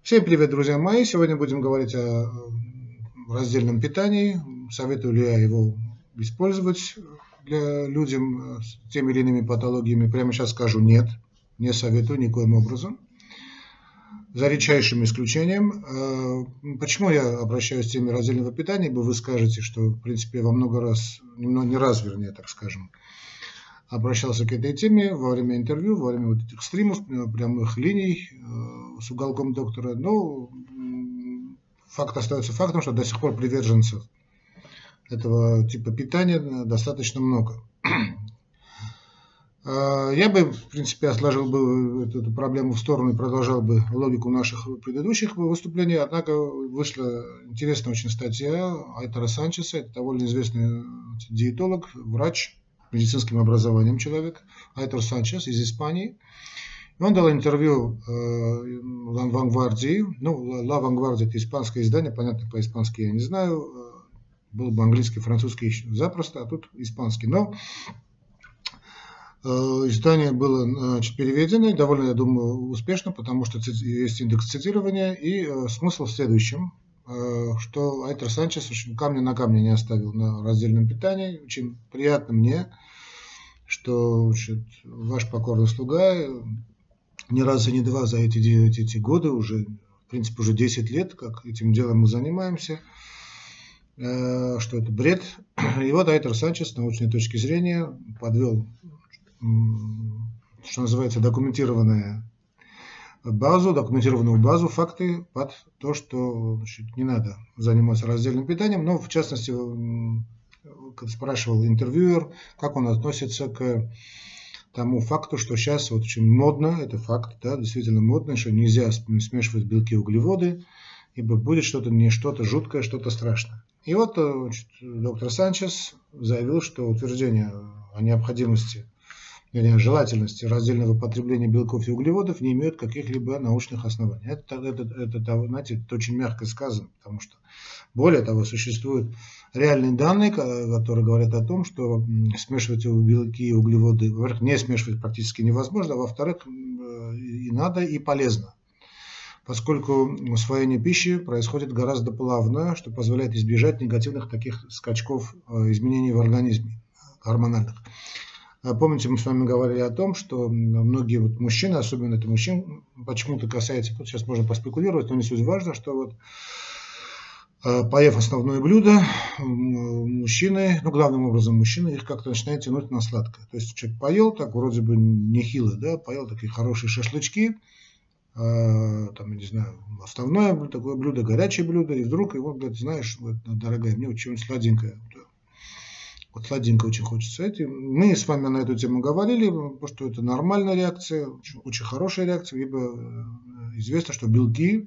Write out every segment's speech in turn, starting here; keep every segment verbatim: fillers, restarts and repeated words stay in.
Всем привет, друзья мои! Сегодня будем говорить о раздельном питании. Советую ли я его использовать для людям с теми или иными патологиями? Прямо сейчас скажу нет, не советую никоим образом. За редчайшим исключением. Почему я обращаюсь к теме раздельного питания? Ибо вы скажете, что в принципе во много раз, не раз, вернее, так скажем, обращался к этой теме во время интервью, во время вот этих стримов, прямых линий с уголком доктора. Но факт остается фактом, что до сих пор приверженцев этого типа питания достаточно много. Я бы, в принципе, отложил бы эту, эту проблему в сторону и продолжал бы логику наших предыдущих выступлений, однако вышла интересная очень статья Айтора Санчеса, это довольно известный диетолог, врач, медицинским образованием человек, Айтор Санчес из Испании. Он дал интервью э, Ла Вангвардии. Ну, Ла Вангвардия — это испанское издание, понятно, по-испански я не знаю. Был бы английский, французский запросто, а тут испанский. Но э, издание было значит, переведено, довольно, я думаю, успешно, потому что есть индекс цитирования. И э, смысл в следующем, э, что Айтор Санчес очень камня на камне не оставил на раздельном питании. Очень приятно мне, что значит, ваш покорный слуга ни разу и не два за эти, эти, эти годы, уже, в принципе, уже десять лет, как этим делом мы занимаемся, э, что это бред. И вот Айтор Санчес с научной точки зрения подвел, что называется, документированную базу, документированную базу, факты под то, что значит, не надо заниматься раздельным питанием. Но, в частности, спрашивал интервьюер, как он относится к тому факту, что сейчас вот очень модно, это факт, да, действительно модно, что нельзя смешивать белки и углеводы, ибо будет что-то не что-то жуткое, что-то страшное. И вот значит, доктор Санчес заявил, что утверждение о необходимости, вернее, желательности раздельного потребления белков и углеводов не имеют каких-либо научных оснований. Это, это, это, знаете, это очень мягко сказано, потому что, более того, существуют реальные данные, которые говорят о том, что смешивать белки и углеводы, во-первых, не смешивать практически невозможно, а во-вторых, и надо, и полезно, поскольку усвоение пищи происходит гораздо плавно, что позволяет избежать негативных таких скачков изменений в организме, гормональных. Помните, мы с вами говорили о том, что многие вот мужчины, особенно это мужчин, почему-то касается, тут сейчас можно поспекулировать, но не суть важно, что вот поев основное блюдо, мужчины, ну главным образом мужчины, их как-то начинает тянуть на сладкое. То есть человек поел, так вроде бы нехило, да, поел такие хорошие шашлычки, там, не знаю, основное такое блюдо, горячее блюдо, и вдруг его, говорит, знаешь, вот, дорогая, мне вот что-нибудь сладенькое. Вот сладенько очень хочется. Эти. Мы с вами на эту тему говорили, потому что это нормальная реакция, очень, очень хорошая реакция, ибо известно, что белки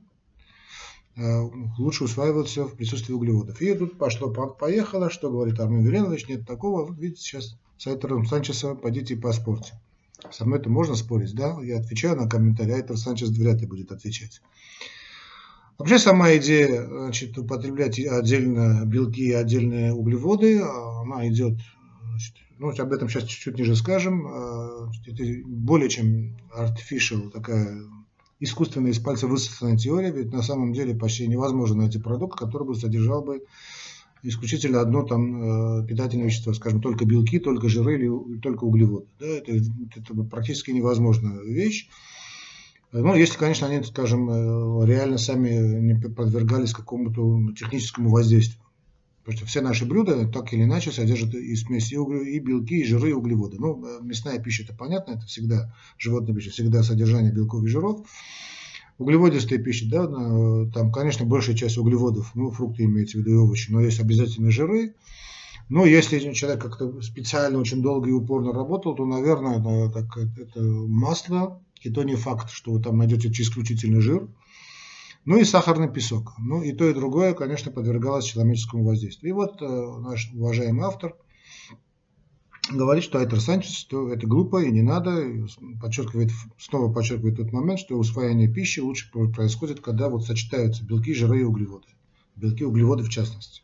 лучше усваиваются в присутствии углеводов. И тут пошло-поехало, что говорит Армен Веленович, нет такого. Вот видите, сейчас с Айтором Санчеса пойдите и поспорьте. Со мной это можно спорить, да? Я отвечаю на комментарии, Айтор Санчес вряд ли будет отвечать. Вообще сама идея, значит, употреблять отдельно белки и отдельные углеводы, она идет, значит, ну, об этом сейчас чуть-чуть ниже скажем, это более чем artificial, такая искусственная из пальца высосанная теория, ведь на самом деле почти невозможно найти продукт, который бы содержал бы исключительно одно там питательное вещество, скажем, только белки, только жиры или только углеводы. Да, это, это практически невозможная вещь. Ну, если, конечно, они, скажем, реально сами не подвергались какому-то техническому воздействию. Потому что все наши блюда так или иначе содержат и смесь, и белки, и жиры, и углеводы. Ну, мясная пища, это понятно, это всегда, животная пища, всегда содержание белков и жиров. Углеводистая пища, да, там, конечно, большая часть углеводов, ну, фрукты имеется в виду и овощи, но есть обязательно жиры. Но если человек как-то специально очень долго и упорно работал, то, наверное, это, так, это масло. И то не факт, что вы там найдете исключительный жир. Ну и сахарный песок. Ну и то, и другое, конечно, подвергалось человеческому воздействию. И вот э, наш уважаемый автор говорит, что Айтор Санчес, что это глупо и не надо. И подчеркивает, снова подчеркивает тот момент, что усвоение пищи лучше происходит, когда вот сочетаются белки, жиры и углеводы. Белки и углеводы в частности.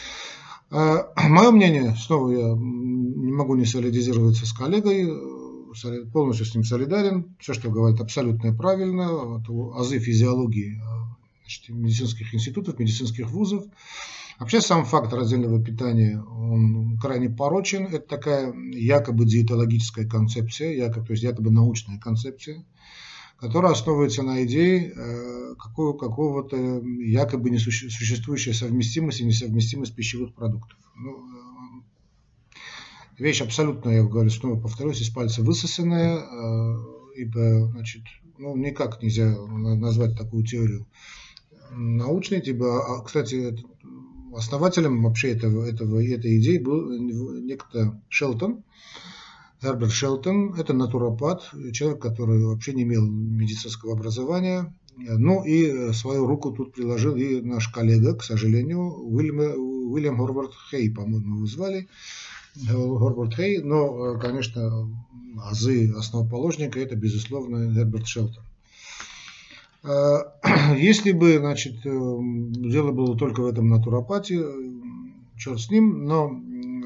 А, мое мнение, снова я не могу не солидизироваться с коллегой, полностью с ним солидарен. Все, что говорит, абсолютно правильно. Азы физиологии, значит, медицинских институтов, медицинских вузов. Вообще сам факт раздельного питания, он крайне порочен. Это такая якобы диетологическая концепция, якобы, то есть якобы научная концепция, которая основывается на идее какого, какого-то якобы несуществующей совместимости и несовместимости пищевых продуктов. Ну, вещь абсолютно, я говорю, снова повторюсь, из пальца высосанная, ибо, значит, ну, никак нельзя назвать такую теорию научной. Типа, кстати, основателем вообще этого, этого, этой идеи был некто Шелтон, Герберт Шелтон. Это натуропат, человек, который вообще не имел медицинского образования. Ну и свою руку тут приложил и наш коллега, к сожалению, Уильям, Уильям Горвард Хей, по-моему, его звали. Горвард Хей, но, конечно, азы основоположника это, безусловно, Герберт Шелтон. Если бы, значит, дело было только в этом натуропате, черт с ним, но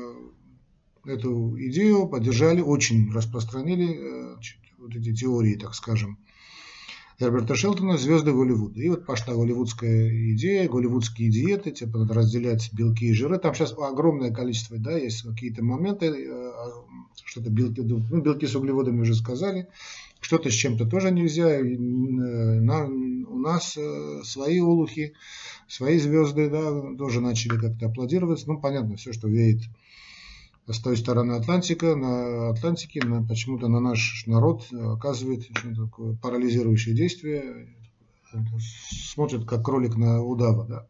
эту идею поддержали, очень распространили, значит, вот эти теории, так скажем, Герберта Шелтона «Звезды Голливуда». И вот пошла голливудская идея, голливудские диеты, типа надо разделять белки и жиры. Там сейчас огромное количество, да, есть какие-то моменты, что-то белки, ну, белки с углеводами уже сказали, что-то с чем-то тоже нельзя. На, у нас свои олухи, свои звезды, да, тоже начали как-то аплодировать. Ну, понятно, все, что веет с той стороны Атлантика, на Атлантике, на, почему-то на наш народ оказывает такое парализирующее действие. Смотрит как кролик на удава. Да.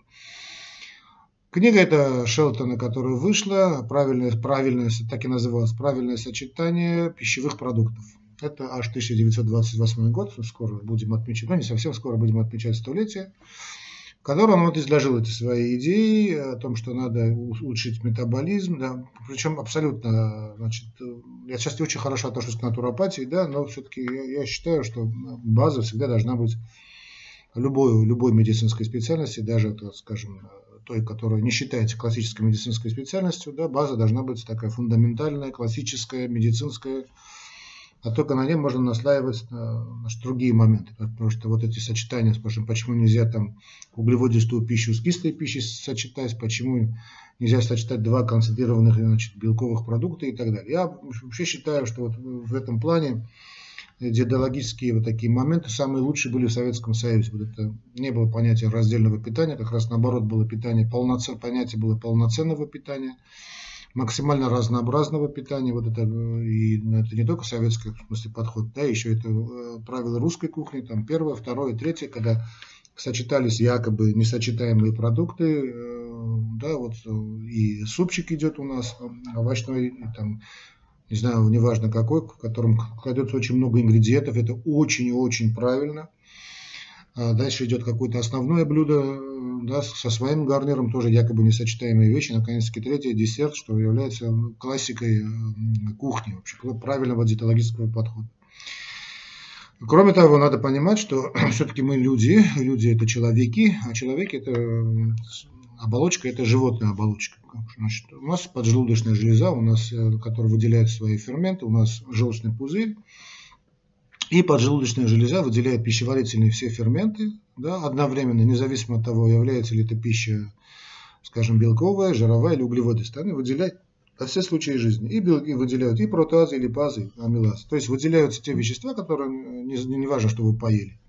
Книга эта Шелтона, которая вышла, правильное, правильное, так и называлось, правильное сочетание пищевых продуктов. Это аж тысяча девятьсот двадцать восьмой год, скоро будем отмечать, ну не совсем скоро будем отмечать столетие, в котором он вот изложил эти свои идеи о том, что надо улучшить метаболизм, да, причем абсолютно, значит, я сейчас не очень хорошо отношусь к натуропатии, да, но все-таки я, я считаю, что база всегда должна быть любой, любой медицинской специальности, даже, так скажем, той, которая не считается классической медицинской специальностью, да, база должна быть такая фундаментальная, классическая, медицинская, а только на ней можно наслаивать на, на другие моменты. Потому что вот эти сочетания, скажем, почему нельзя там углеводистую пищу с кислой пищей сочетать, почему нельзя сочетать два концентрированных, значит, белковых продукта и так далее. Я вообще считаю, что вот в этом плане диетологические вот такие моменты самые лучшие были в Советском Союзе. Вот это не было понятия раздельного питания, как раз наоборот было питание полноцен, понятие было полноценного питания, максимально разнообразного питания. Вот это, и это не только советский, в смысле, подход, да, еще это правило русской кухни, там первое, второе, третье, когда сочетались якобы несочетаемые продукты, да, вот и супчик идет у нас овощной, и там, не знаю, неважно какой, в котором кладется очень много ингредиентов, это очень и очень правильно. Дальше идет какое-то основное блюдо, да, со своим гарниром, тоже якобы несочетаемые вещи. Наконец-таки третье, десерт, что является классикой кухни, вообще, правильного диетологического подхода. Кроме того, надо понимать, что все-таки мы люди, люди это человеки, а человеки это оболочка, это животная оболочка. Значит, у нас поджелудочная железа, у нас, которая выделяет свои ферменты, у нас желчный пузырь. И поджелудочная железа выделяет пищеварительные все ферменты, да, одновременно, независимо от того, является ли это пища, скажем, белковая, жировая или углеводистая, она выделяет во все случаи жизни. И белки выделяют и протеазы, и липазы, и амилазы. То есть выделяются те вещества, которые не, не важно, что вы поели.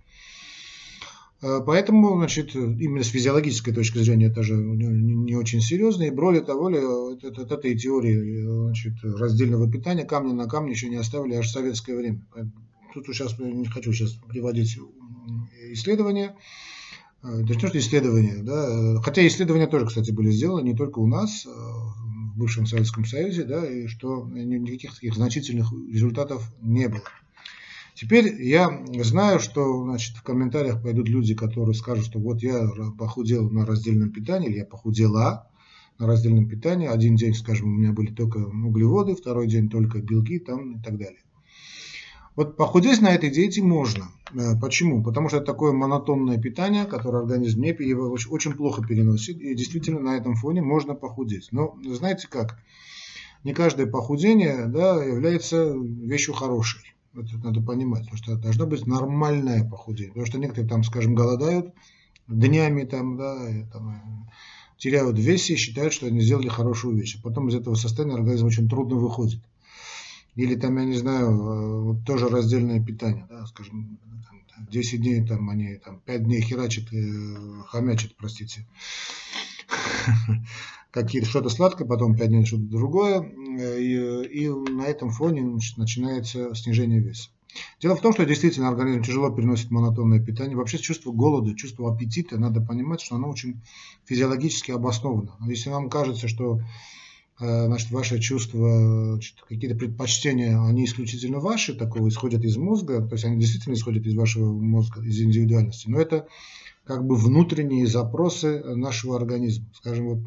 Поэтому, значит, именно с физиологической точки зрения это же не, не очень серьезно. И более того, от, от этой теории, значит, раздельного питания камня на камне еще не оставили аж в советское время. Тут сейчас не хочу сейчас приводить исследования, это не то, что исследования, да, хотя исследования тоже, кстати, были сделаны не только у нас, в бывшем Советском Союзе, да, и что никаких таких значительных результатов не было. Теперь я знаю, что, значит, в комментариях пойдут люди, которые скажут, что вот я похудел на раздельном питании, или я похудела на раздельном питании, один день, скажем, у меня были только углеводы, второй день только белки там и так далее. Вот похудеть на этой диете можно. Почему? Потому что это такое монотонное питание, которое организм не, его очень плохо переносит. И действительно на этом фоне можно похудеть. Но знаете как? не каждое похудение, да, является вещью хорошей. Это надо понимать, потому что должно быть нормальное похудение. Потому что некоторые там, скажем, голодают днями, там, да, и, там, теряют в весе и считают, что они сделали хорошую вещь. А потом из этого состояния организм очень трудно выходит. Или там, я не знаю, вот тоже раздельное питание, да, скажем, десять дней, там, они там, пять дней херачат, хомячат, простите, какие-то что-то сладкое, потом пять дней что-то другое, и, и на этом фоне начинается снижение веса. Дело в том, что действительно организм тяжело переносит монотонное питание. Вообще чувство голода, чувство аппетита, надо понимать, что оно очень физиологически обосновано. Если вам кажется, что значит, ваши чувства, какие-то предпочтения, они исключительно ваши, такого исходят из мозга, то есть они действительно исходят из вашего мозга, из индивидуальности, но это как бы внутренние запросы нашего организма. Скажем, вот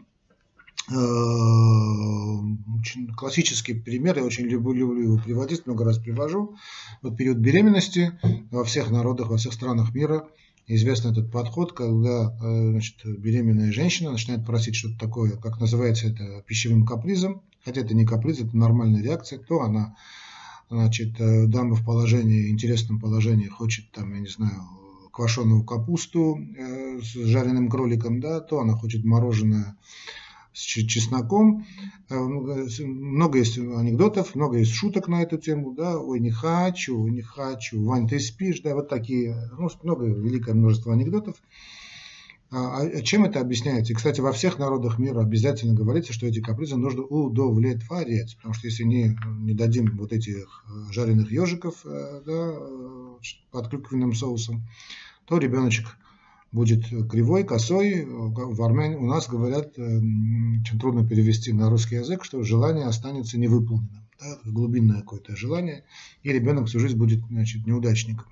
очень классический пример, я очень люблю, люблю его приводить, много раз привожу. Вот период беременности во всех народах, во всех странах мира известен этот подход, когда, значит, беременная женщина начинает просить что-то такое, как называется это, пищевым капризом, хотя это не каприз, это нормальная реакция, то она, значит, дама в положении, интересном положении, хочет там, я не знаю, квашеную капусту э, с жареным кроликом, да, то она хочет мороженое с чесноком. Много есть анекдотов, много есть шуток на эту тему, да, ой, не хочу, не хочу, Вань, ты спишь, да, вот такие, ну, много, великое множество анекдотов. А, а чем это объясняется? И, кстати, во всех народах мира обязательно говорится, что эти капризы нужно удовлетворять, потому что если не, не дадим вот этих жареных ежиков, да, под клюквенным соусом, то ребеночек будет кривой, косой. В Армении у нас говорят, очень трудно перевести на русский язык, что желание останется невыполненным. Да, глубинное какое-то желание, и ребенок всю жизнь будет, значит, неудачником.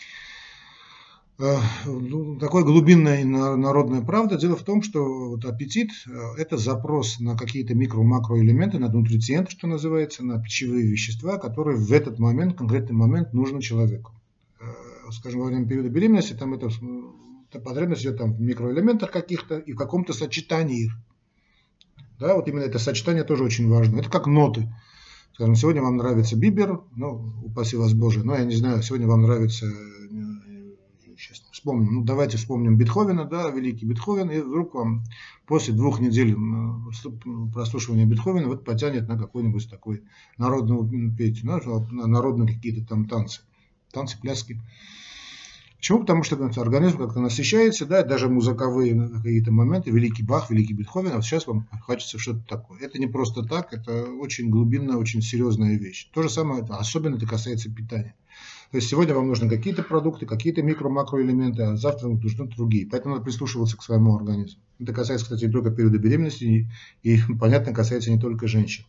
Такое глубинная народная правда. Дело в том, что вот аппетит – это запрос на какие-то микро-макроэлементы, на нутрициенты, что называется, на пищевые вещества, которые в этот момент, конкретный момент нужны человеку. Скажем, во время периода беременности там это, эта потребность идет там в микроэлементах каких-то и в каком-то сочетании их. Да, вот именно это сочетание тоже очень важно. Это как ноты. Скажем, сегодня вам нравится Бибер, ну, упаси вас Боже, но я не знаю, сегодня вам нравится, сейчас вспомним, ну, давайте вспомним Бетховена, да, великий Бетховен, и вдруг вам после двух недель прослушивания Бетховена вот потянет на какой-нибудь такой народную песню, на народные какие-то там танцы, танцы, пляски. Почему? Потому что организм как-то насыщается, да, даже музыковые какие-то моменты, великий Бах, великий Бетховен, а вот сейчас вам хочется что-то такое. Это не просто так, это очень глубинная, очень серьезная вещь. То же самое, особенно это касается питания. То есть сегодня вам нужны какие-то продукты, какие-то микро-макроэлементы, а завтра вам нужны другие. Поэтому надо прислушиваться к своему организму. Это касается, кстати, не только периода беременности, и, и понятно, касается не только женщин.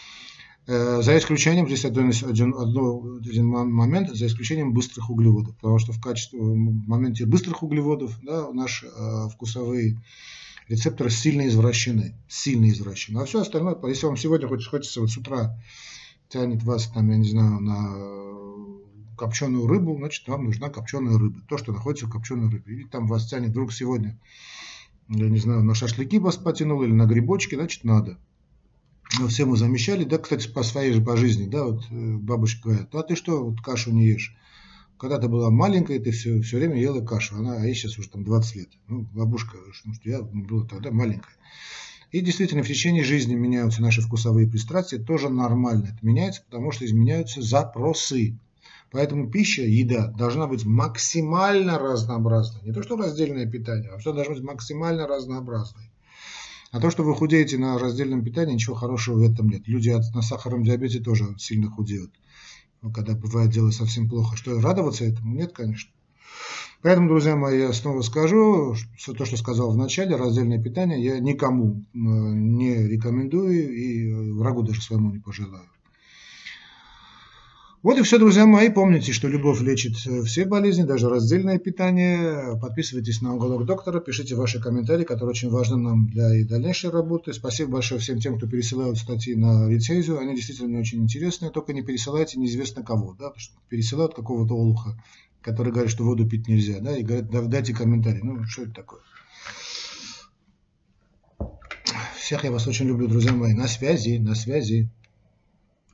За исключением, здесь один, один, один момент, за исключением быстрых углеводов, потому что в качестве, в моменте быстрых углеводов, да, наши э, вкусовые рецепторы сильно извращены, сильно извращены. А все остальное, если вам сегодня хочется, хочется вот с утра тянет вас, там, я не знаю, на копченую рыбу, значит, вам нужна копченая рыба, то, что находится в копченой рыбе. Или там вас тянет вдруг сегодня, я не знаю, на шашлыки вас потянуло или на грибочки, значит, надо. Все мы замечали, да, кстати, по своей же по жизни, да, вот бабушка говорит, а ты что, вот кашу не ешь? Когда ты была маленькая, ты все, все время ела кашу, она, а ей сейчас уже там двадцать лет. Ну, бабушка, потому что я была тогда маленькая. И действительно, в течение жизни меняются наши вкусовые пристрастия, тоже нормально это меняется, потому что изменяются запросы. Поэтому пища, еда должна быть максимально разнообразной. Не то, что раздельное питание, а все должно быть максимально разнообразной. А то, что вы худеете на раздельном питании, ничего хорошего в этом нет. Люди на сахарном диабете тоже сильно худеют, когда бывает дело совсем плохо. Что, радоваться этому? Нет, конечно. Поэтому, друзья мои, я снова скажу, что то, что сказал в начале, раздельное питание я никому не рекомендую и врагу даже своему не пожелаю. Вот и все, друзья мои. Помните, что любовь лечит все болезни, даже раздельное питание. Подписывайтесь на уголок доктора, пишите ваши комментарии, которые очень важны нам для и дальнейшей работы. Спасибо большое всем тем, кто пересылают статьи на рецензию. Они действительно очень интересные. Только не пересылайте неизвестно кого. Да? Потому что пересылают какого-то олуха, который говорит, что воду пить нельзя. Да? И говорят, да, дайте комментарий. Ну, что это такое? Всех я вас очень люблю, друзья мои. На связи, на связи.